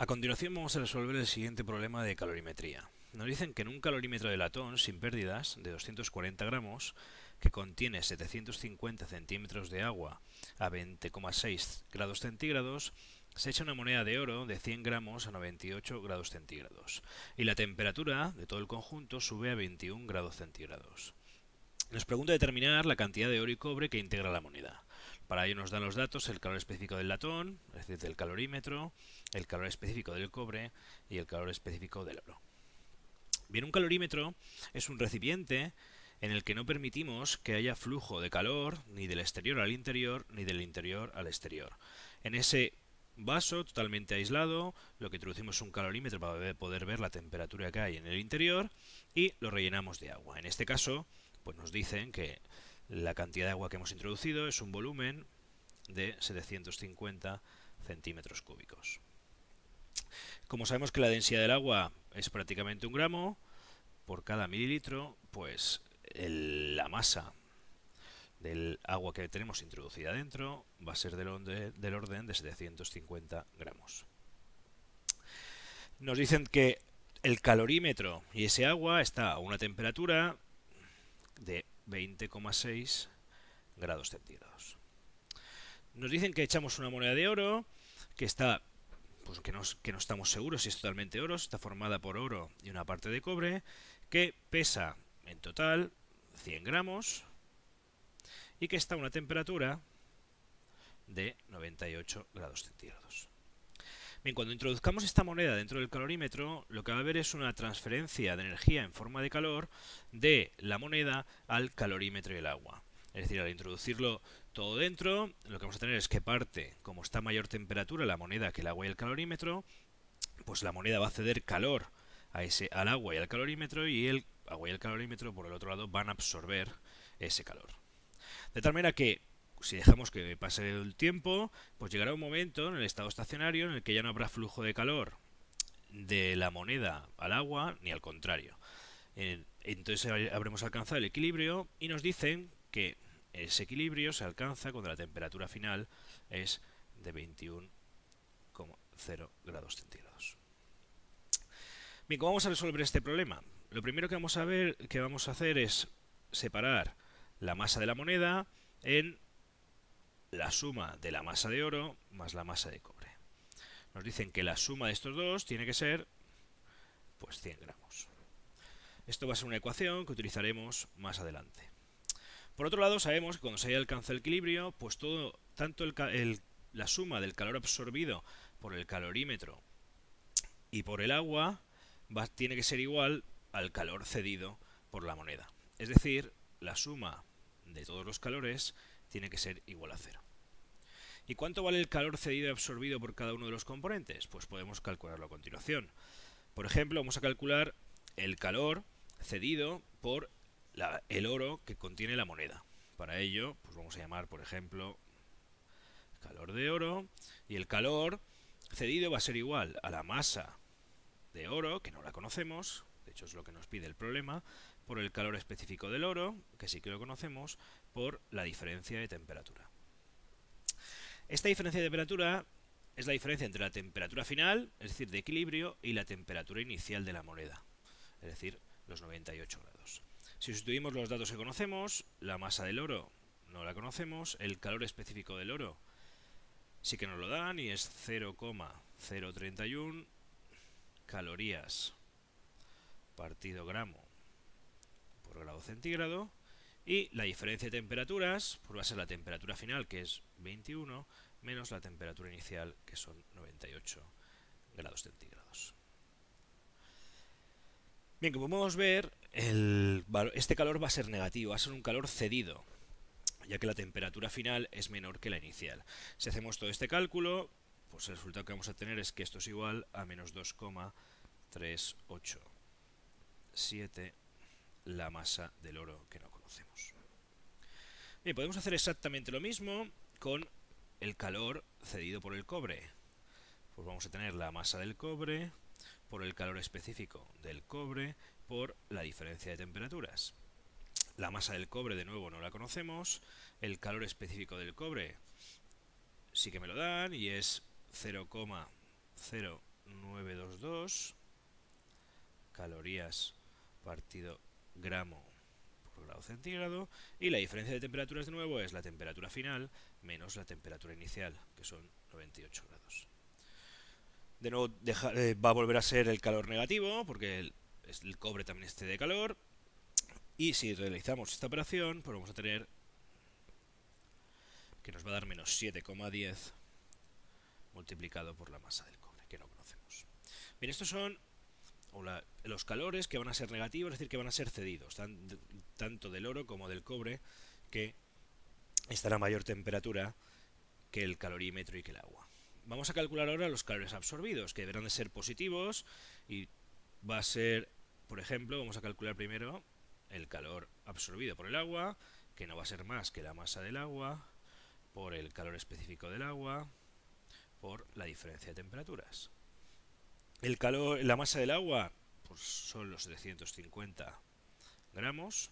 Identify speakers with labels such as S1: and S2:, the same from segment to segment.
S1: A continuación vamos a resolver el siguiente problema de calorimetría. Nos dicen que en un calorímetro de latón sin pérdidas de 240 gramos, que contiene 750 centímetros de agua a 20,6 grados centígrados, se echa una moneda de oro de 100 gramos a 98 grados centígrados y la temperatura de todo el conjunto sube a 21 grados centígrados. Nos pregunta determinar la cantidad de oro y cobre que integra la moneda. Para ello nos dan los datos: el calor específico del latón, es decir, del calorímetro, el calor específico del cobre y el calor específico del oro. Bien, un calorímetro es un recipiente en el que no permitimos que haya flujo de calor ni del exterior al interior ni del interior al exterior. En ese vaso totalmente aislado, lo que introducimos es un calorímetro para poder ver la temperatura que hay en el interior y lo rellenamos de agua. En este caso, pues nos dicen que la cantidad de agua que hemos introducido es un volumen de 750 centímetros cúbicos. Como sabemos que la densidad del agua es prácticamente 1 gramo por cada mililitro, pues la masa del agua que tenemos introducida dentro va a ser del orden de 750 gramos. Nos dicen que el calorímetro y ese agua está a una temperatura de 20,6 grados centígrados. Nos dicen que echamos una moneda de oro que está, pues que no estamos seguros si es totalmente oro, está formada por oro y una parte de cobre, que pesa en total 100 gramos y que está a una temperatura de 98 grados centígrados. Bien, cuando introduzcamos esta moneda dentro del calorímetro, lo que va a haber es una transferencia de energía en forma de calor de la moneda al calorímetro y el agua. Es decir, al introducirlo todo dentro, lo que vamos a tener es que parte, como está a mayor temperatura la moneda que el agua y el calorímetro, pues la moneda va a ceder calor al agua y al calorímetro, y el agua y el calorímetro, por el otro lado, van a absorber ese calor. De tal manera que, si dejamos que pase el tiempo, pues llegará un momento en el estado estacionario en el que ya no habrá flujo de calor de la moneda al agua, ni al contrario. Entonces habremos alcanzado el equilibrio y nos dicen que ese equilibrio se alcanza cuando la temperatura final es de 21,0 grados centígrados. Bien, ¿cómo vamos a resolver este problema? Lo primero que vamos a hacer es separar la masa de la moneda en la suma de la masa de oro más la masa de cobre. Nos dicen que la suma de estos dos tiene que ser pues 100 gramos. Esto va a ser una ecuación que utilizaremos más adelante. Por otro lado, sabemos que cuando se haya alcanzado el equilibrio, pues tanto la suma del calor absorbido por el calorímetro y por el agua tiene que ser igual al calor cedido por la moneda. Es decir, la suma de todos los calores tiene que ser igual a 0. ¿Y cuánto vale el calor cedido y absorbido por cada uno de los componentes? Pues podemos calcularlo a continuación. Por ejemplo, vamos a calcular el calor cedido por el oro que contiene la moneda. Para ello, pues vamos a llamar, por ejemplo, calor de oro, y el calor cedido va a ser igual a la masa de oro, que no la conocemos, de hecho es lo que nos pide el problema, por el calor específico del oro, que sí que lo conocemos, por la diferencia de temperatura. Esta diferencia de temperatura es la diferencia entre la temperatura final, es decir, de equilibrio, y la temperatura inicial de la moneda, es decir, los 98 grados. Si sustituimos los datos que conocemos, la masa del oro no la conocemos, el calor específico del oro sí que nos lo dan y es 0,031 calorías partido gramo por grado centígrado, y la diferencia de temperaturas pues va a ser la temperatura final, que es 21, menos la temperatura inicial, que son 98 grados centígrados. Bien, como podemos ver, este calor va a ser negativo, va a ser un calor cedido, ya que la temperatura final es menor que la inicial. Si hacemos todo este cálculo, pues el resultado que vamos a tener es que esto es igual a menos 2,387 la masa del oro que no conocemos. Bien, podemos hacer exactamente lo mismo con el calor cedido por el cobre. Pues vamos a tener la masa del cobre por el calor específico del cobre por la diferencia de temperaturas. La masa del cobre, de nuevo, no la conocemos. El calor específico del cobre sí que me lo dan y es 0,0 922 calorías partido gramo por grado centígrado, y la diferencia de temperaturas de nuevo es la temperatura final menos la temperatura inicial, que son 98 grados. De nuevo va a volver a ser el calor negativo, porque el cobre también esté de calor, y si realizamos esta operación, pues vamos a tener que nos va a dar menos 7,10 multiplicado por la masa del cobre, que no conocemos. Bien, estos son los calores que van a ser negativos, es decir, que van a ser cedidos, tanto del oro como del cobre, que estará a mayor temperatura que el calorímetro y que el agua. Vamos a calcular ahora los calores absorbidos, que deberán de ser positivos, y va a ser, por ejemplo, vamos a calcular primero el calor absorbido por el agua, que no va a ser más que la masa del agua, por el calor específico del agua, por la diferencia de temperaturas. La masa del agua pues son los 750 gramos,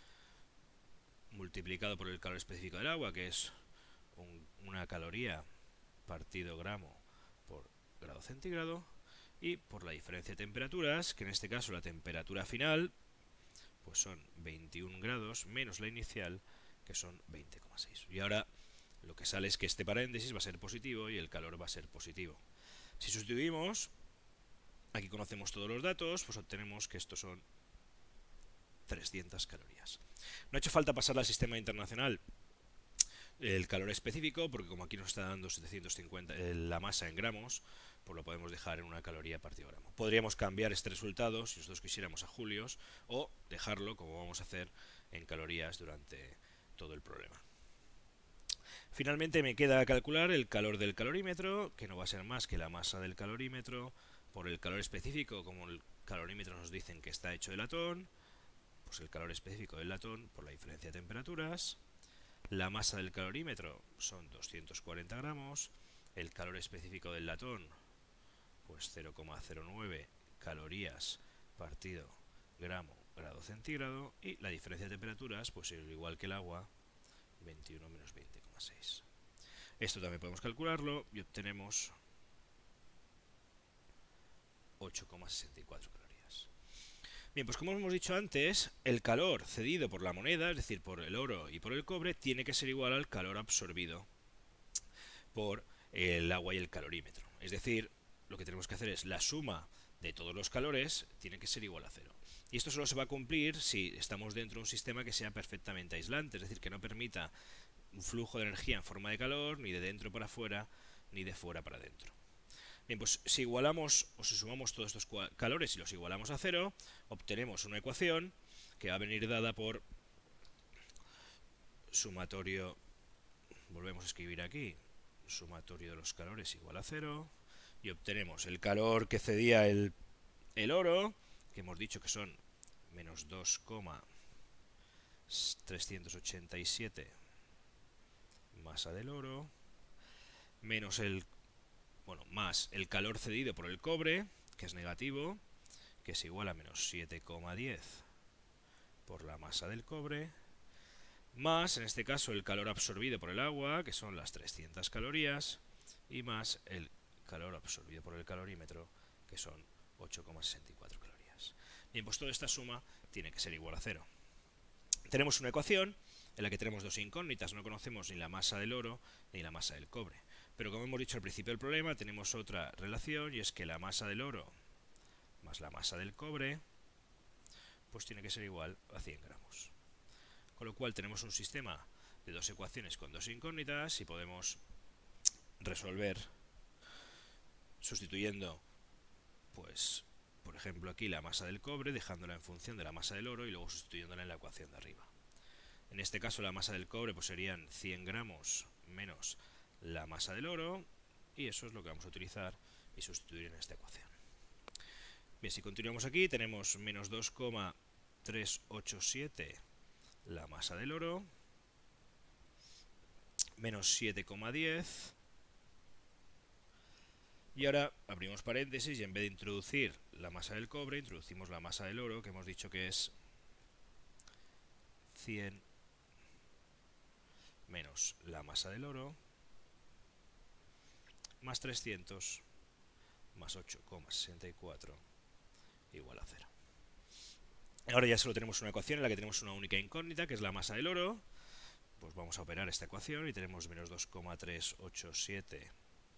S1: multiplicado por el calor específico del agua, que es una caloría partido gramo por grado centígrado, y por la diferencia de temperaturas, que en este caso la temperatura final pues son 21 grados menos la inicial, que son 20,6. Y ahora lo que sale es que este paréntesis va a ser positivo y el calor va a ser positivo. Si sustituimos, aquí conocemos todos los datos, pues obtenemos que estos son 300 calorías. No ha hecho falta pasarla al sistema internacional el calor específico, porque como aquí nos está dando 750 la masa en gramos, pues lo podemos dejar en una caloría partido gramo. Podríamos cambiar este resultado si nosotros quisiéramos a julios, o dejarlo, como vamos a hacer, en calorías durante todo el problema. Finalmente me queda calcular el calor del calorímetro, que no va a ser más que la masa del calorímetro por el calor específico, como el calorímetro nos dicen que está hecho de latón, pues el calor específico del latón por la diferencia de temperaturas. La masa del calorímetro son 240 gramos, el calor específico del latón pues 0,09 calorías partido gramo grado centígrado, y la diferencia de temperaturas pues igual que el agua, 21 menos 20,6. Esto también podemos calcularlo y obtenemos 8,64 calorías. Bien, pues como hemos dicho antes, el calor cedido por la moneda, es decir, por el oro y por el cobre, tiene que ser igual al calor absorbido por el agua y el calorímetro. Es decir, lo que tenemos que hacer es la suma de todos los calores tiene que ser igual a cero. Y esto solo se va a cumplir si estamos dentro de un sistema que sea perfectamente aislante, es decir, que no permita un flujo de energía en forma de calor, ni de dentro para afuera, ni de fuera para adentro. Bien, pues si igualamos o si sumamos todos estos calores y los igualamos a cero, obtenemos una ecuación que va a venir dada por sumatorio, volvemos a escribir aquí, sumatorio de los calores igual a cero, y obtenemos el calor que cedía el oro, que hemos dicho que son menos 2,387 masa del oro, menos más el calor cedido por el cobre, que es negativo, que es igual a menos 7,10 por la masa del cobre, más, en este caso, el calor absorbido por el agua, que son las 300 calorías, y más el calor absorbido por el calorímetro, que son 8,64 calorías. Bien, pues toda esta suma tiene que ser igual a cero. Tenemos una ecuación en la que tenemos dos incógnitas, no conocemos ni la masa del oro ni la masa del cobre. Pero como hemos dicho al principio del problema, tenemos otra relación, y es que la masa del oro más la masa del cobre pues tiene que ser igual a 100 gramos. Con lo cual tenemos un sistema de dos ecuaciones con dos incógnitas y podemos resolver sustituyendo, pues, por ejemplo aquí la masa del cobre, dejándola en función de la masa del oro y luego sustituyéndola en la ecuación de arriba. En este caso la masa del cobre pues serían 100 gramos menos la masa del oro, y eso es lo que vamos a utilizar y sustituir en esta ecuación. Bien, si continuamos aquí tenemos menos 2,387 la masa del oro, menos 7,10, y ahora abrimos paréntesis y en vez de introducir la masa del cobre, introducimos la masa del oro, que hemos dicho que es 100 menos la masa del oro, más 300 más 8,64 igual a 0. Ahora ya solo tenemos una ecuación en la que tenemos una única incógnita, que es la masa del oro. Pues vamos a operar esta ecuación y tenemos menos 2,387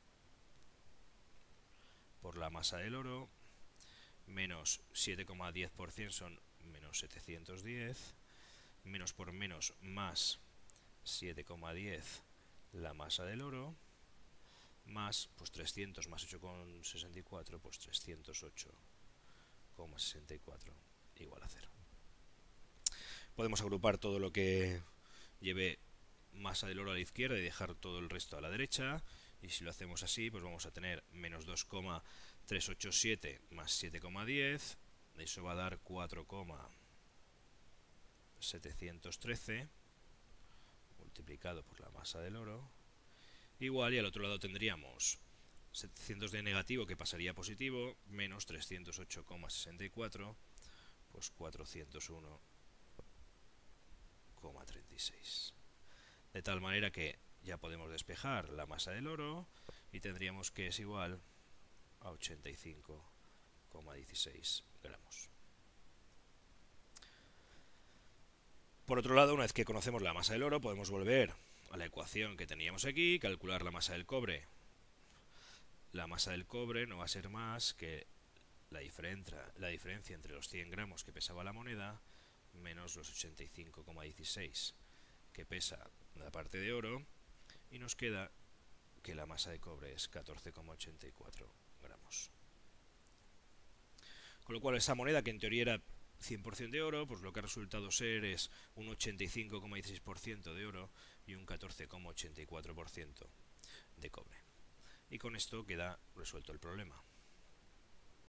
S1: por la masa del oro, menos 7,10% son menos 710, menos por menos más 7,10 la masa del oro, más pues 300 más 8,64, pues 308,64 igual a 0. Podemos agrupar todo lo que lleve masa del oro a la izquierda y dejar todo el resto a la derecha, y si lo hacemos así, pues vamos a tener menos 2,387 más 7,10, eso va a dar 4,713 multiplicado por la masa del oro, igual, y al otro lado tendríamos 700 de negativo que pasaría a positivo, menos 308,64, pues 401,36. De tal manera que ya podemos despejar la masa del oro y tendríamos que es igual a 85,16 gramos. Por otro lado, una vez que conocemos la masa del oro, podemos volver a la ecuación que teníamos aquí, calcular la masa del cobre. La masa del cobre no va a ser más que la diferencia entre los 100 gramos que pesaba la moneda menos los 85,16 que pesa la parte de oro, y nos queda que la masa de cobre es 14,84 gramos. Con lo cual esa moneda, que en teoría era 100% de oro, pues lo que ha resultado ser es un 85,16% de oro y un 14,84% de cobre. Y con esto queda resuelto el problema.